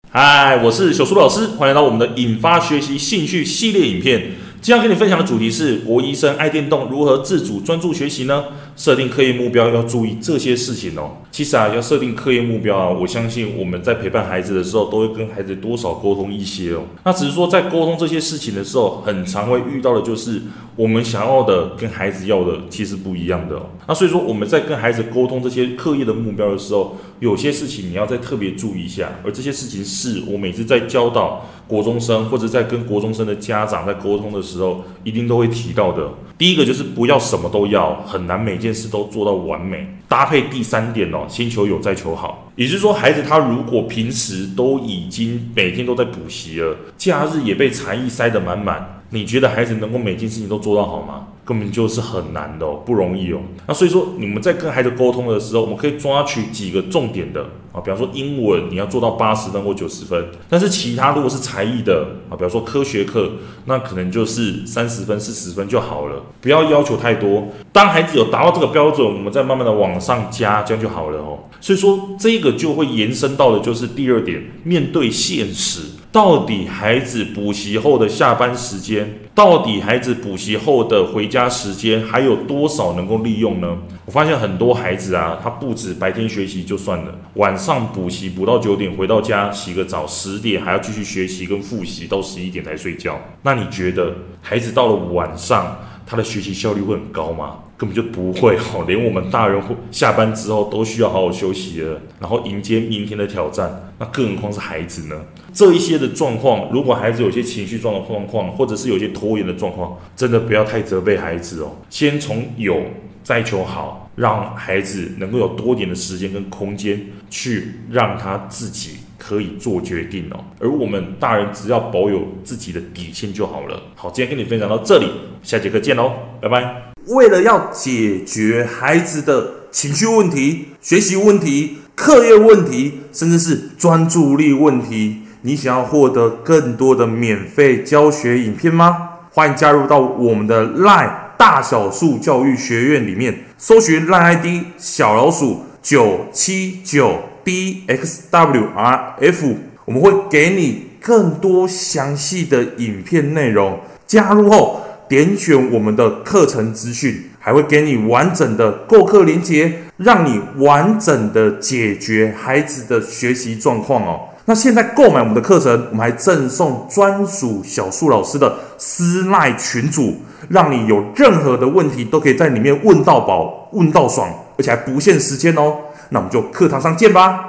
嗨，我是小苏老师，欢迎来到我们的引发学习兴趣系列影片。今天要跟你分享的主题是国一生爱电动如何自主专注学习呢？设定课业目标要注意这些事情哦。其实要设定课业目标我相信我们在陪伴孩子的时候，都会跟孩子多少沟通一些哦。那只是说在沟通这些事情的时候，很常会遇到的就是我们想要的跟孩子要的其实不一样的哦。那所以说我们在跟孩子沟通这些课业的目标的时候，有些事情你要再特别注意一下，而这些事情是我每次在教导国中生或者在跟国中生的家长在沟通的时候，一定都会提到的。第一个就是不要什么都要，很难每件事都做到完美。搭配第三点先求有再求好，也就是说，孩子他如果平时都已经每天都在补习了，假日也被才艺塞得满满，你觉得孩子能够每件事情都做到好吗？根本就是很难的不容易哦。那所以说，你们在跟孩子沟通的时候，我们可以抓取几个重点的比方说英文你要做到80分或90分，但是其他如果是才艺的比方说科学课，那可能就是30分、40分就好了，不要要求太多。当孩子有达到这个标准，我们再慢慢的往上加，这样就好了哦。所以说，这个就会延伸到的就是第二点，面对现实。到底孩子补习后的下班时间，到底孩子补习后的回家时间还有多少能够利用呢？我发现很多孩子他不止白天学习就算了，晚上补习补到9点，回到家洗个澡，10点还要继续学习跟复习，到11点才睡觉。那你觉得孩子到了晚上，他的学习效率会很高吗？根本就不会连我们大人下班之后都需要好好休息了，然后迎接明天的挑战，那更何况是孩子呢？这一些的状况，如果孩子有些情绪状况，或者是有些拖延的状况，真的不要太责备孩子先从有再求好，让孩子能够有多点的时间跟空间去让他自己可以做决定而我们大人只要保有自己的底线就好了。好，今天跟你分享到这里，下节课见喽，拜拜。为了要解决孩子的情绪问题、学习问题、课业问题，甚至是专注力问题，你想要获得更多的免费教学影片吗？欢迎加入到我们的 LINE 大小数教育学院里面，搜寻 LINE ID 小老鼠979DXWRF， 我们会给你更多详细的影片内容。加入后点选我们的课程资讯，还会给你完整的购课连结，让你完整的解决孩子的学习状况那现在购买我们的课程，我们还赠送专属小树老师的私赖群组，让你有任何的问题都可以在里面问到饱、问到爽，而且还不限时间那我们就课堂上见吧。